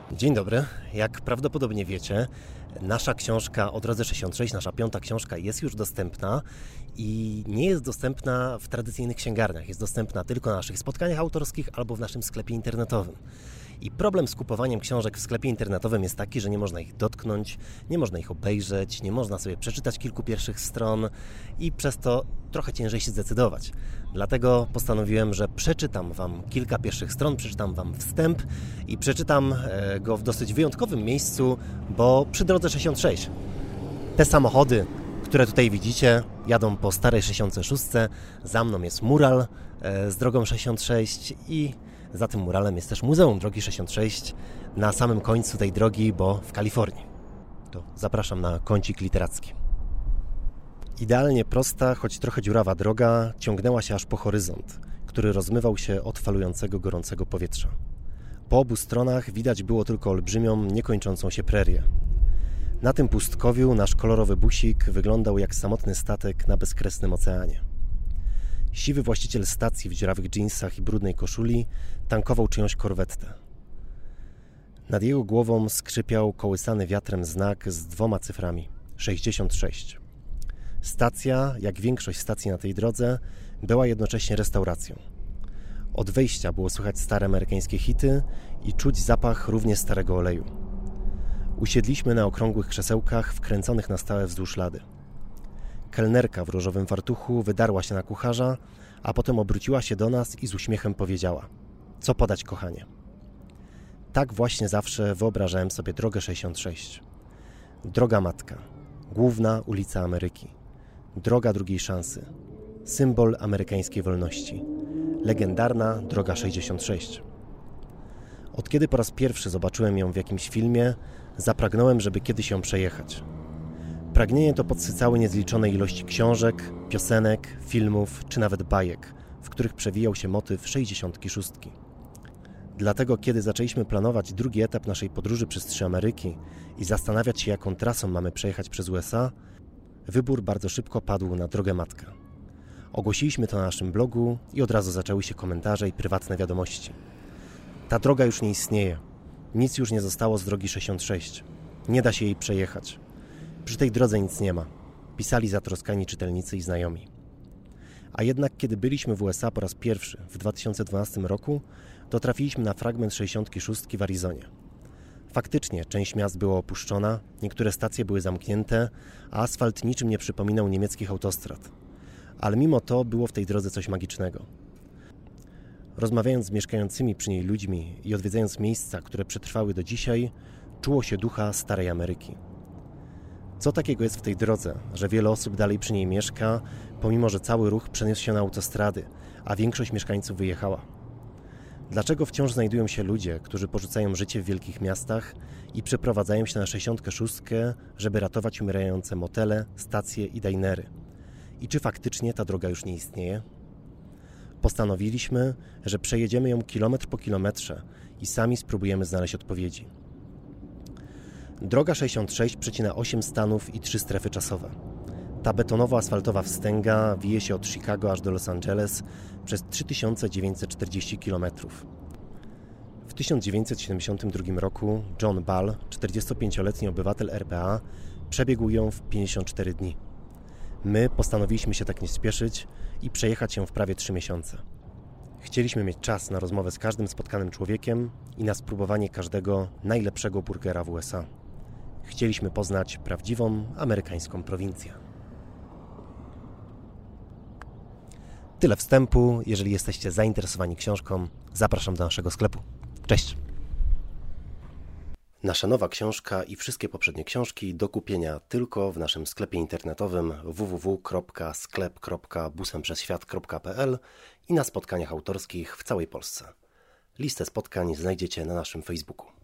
Dzień dobry. Jak prawdopodobnie wiecie, nasza książka o Drodze 66, nasza 5. książka jest już dostępna i nie jest dostępna w tradycyjnych księgarniach. Jest dostępna tylko na naszych spotkaniach autorskich albo w naszym sklepie internetowym. I problem z kupowaniem książek w sklepie internetowym jest taki, że nie można ich dotknąć, nie można ich obejrzeć, nie można sobie przeczytać kilku pierwszych stron i przez to trochę ciężej się zdecydować. Dlatego postanowiłem, że przeczytam Wam kilka pierwszych stron, przeczytam Wam wstęp i przeczytam go w dosyć wyjątkowym miejscu, bo przy Drodze 66. Te samochody, które tutaj widzicie, jadą po starej 66, za mną jest mural z drogą 66 i za tym muralem jest też Muzeum Drogi 66 na samym końcu tej drogi, bo w Kalifornii. To zapraszam na kącik literacki. Idealnie prosta, choć trochę dziurawa droga ciągnęła się aż po horyzont, który rozmywał się od falującego gorącego powietrza. Po obu stronach widać było tylko olbrzymią, niekończącą się prerię. Na tym pustkowiu nasz kolorowy busik wyglądał jak samotny statek na bezkresnym oceanie. Siwy właściciel stacji w dziurawych dżinsach i brudnej koszuli tankował czyjąś korwetę. Nad jego głową skrzypiał kołysany wiatrem znak z 2 cyframi – 66. Stacja, jak większość stacji na tej drodze, była jednocześnie restauracją. Od wejścia było słychać stare amerykańskie hity i czuć zapach równie starego oleju. Usiedliśmy na okrągłych krzesełkach wkręconych na stałe wzdłuż lady. Kelnerka w różowym fartuchu wydarła się na kucharza, a potem obróciła się do nas i z uśmiechem powiedziała: co podać, kochanie? Tak właśnie zawsze wyobrażałem sobie drogę 66. Droga matka, główna ulica Ameryki, droga drugiej szansy, symbol amerykańskiej wolności, legendarna droga 66. Od kiedy po raz pierwszy zobaczyłem ją w jakimś filmie, zapragnąłem, żeby kiedyś ją przejechać. Pragnienie to podsycały niezliczone ilości książek, piosenek, filmów czy nawet bajek, w których przewijał się motyw 66. Dlatego, kiedy zaczęliśmy planować drugi etap naszej podróży przez 3 Ameryki i zastanawiać się, jaką trasą mamy przejechać przez USA, wybór bardzo szybko padł na drogę matkę. Ogłosiliśmy to na naszym blogu i od razu zaczęły się komentarze i prywatne wiadomości. Ta droga już nie istnieje. Nic już nie zostało z drogi 66. Nie da się jej przejechać. Przy tej drodze nic nie ma. Pisali zatroskani czytelnicy i znajomi. A jednak, kiedy byliśmy w USA po raz pierwszy w 2012 roku, to trafiliśmy na fragment 66 w Arizonie. Faktycznie, część miast była opuszczona, niektóre stacje były zamknięte, a asfalt niczym nie przypominał niemieckich autostrad. Ale mimo to było w tej drodze coś magicznego. Rozmawiając z mieszkającymi przy niej ludźmi i odwiedzając miejsca, które przetrwały do dzisiaj, czuło się ducha starej Ameryki. Co takiego jest w tej drodze, że wiele osób dalej przy niej mieszka, pomimo że cały ruch przeniósł się na autostrady, a większość mieszkańców wyjechała? Dlaczego wciąż znajdują się ludzie, którzy porzucają życie w wielkich miastach i przeprowadzają się na 66, żeby ratować umierające motele, stacje i dinery? I czy faktycznie ta droga już nie istnieje? Postanowiliśmy, że przejedziemy ją kilometr po kilometrze i sami spróbujemy znaleźć odpowiedzi. Droga 66 przecina 8 stanów i 3 strefy czasowe. Ta betonowo-asfaltowa wstęga wije się od Chicago aż do Los Angeles przez 3940 km. W 1972 roku John Ball, 45-letni obywatel RPA, przebiegł ją w 54 dni. My postanowiliśmy się tak nie spieszyć i przejechać ją w prawie 3 miesiące. Chcieliśmy mieć czas na rozmowę z każdym spotkanym człowiekiem i na spróbowanie każdego najlepszego burgera w USA. Chcieliśmy poznać prawdziwą amerykańską prowincję. Tyle wstępu. Jeżeli jesteście zainteresowani książką, zapraszam do naszego sklepu. Cześć! Nasza nowa książka i wszystkie poprzednie książki do kupienia tylko w naszym sklepie internetowym www.sklep.busemprzezświat.pl i na spotkaniach autorskich w całej Polsce. Listę spotkań znajdziecie na naszym Facebooku.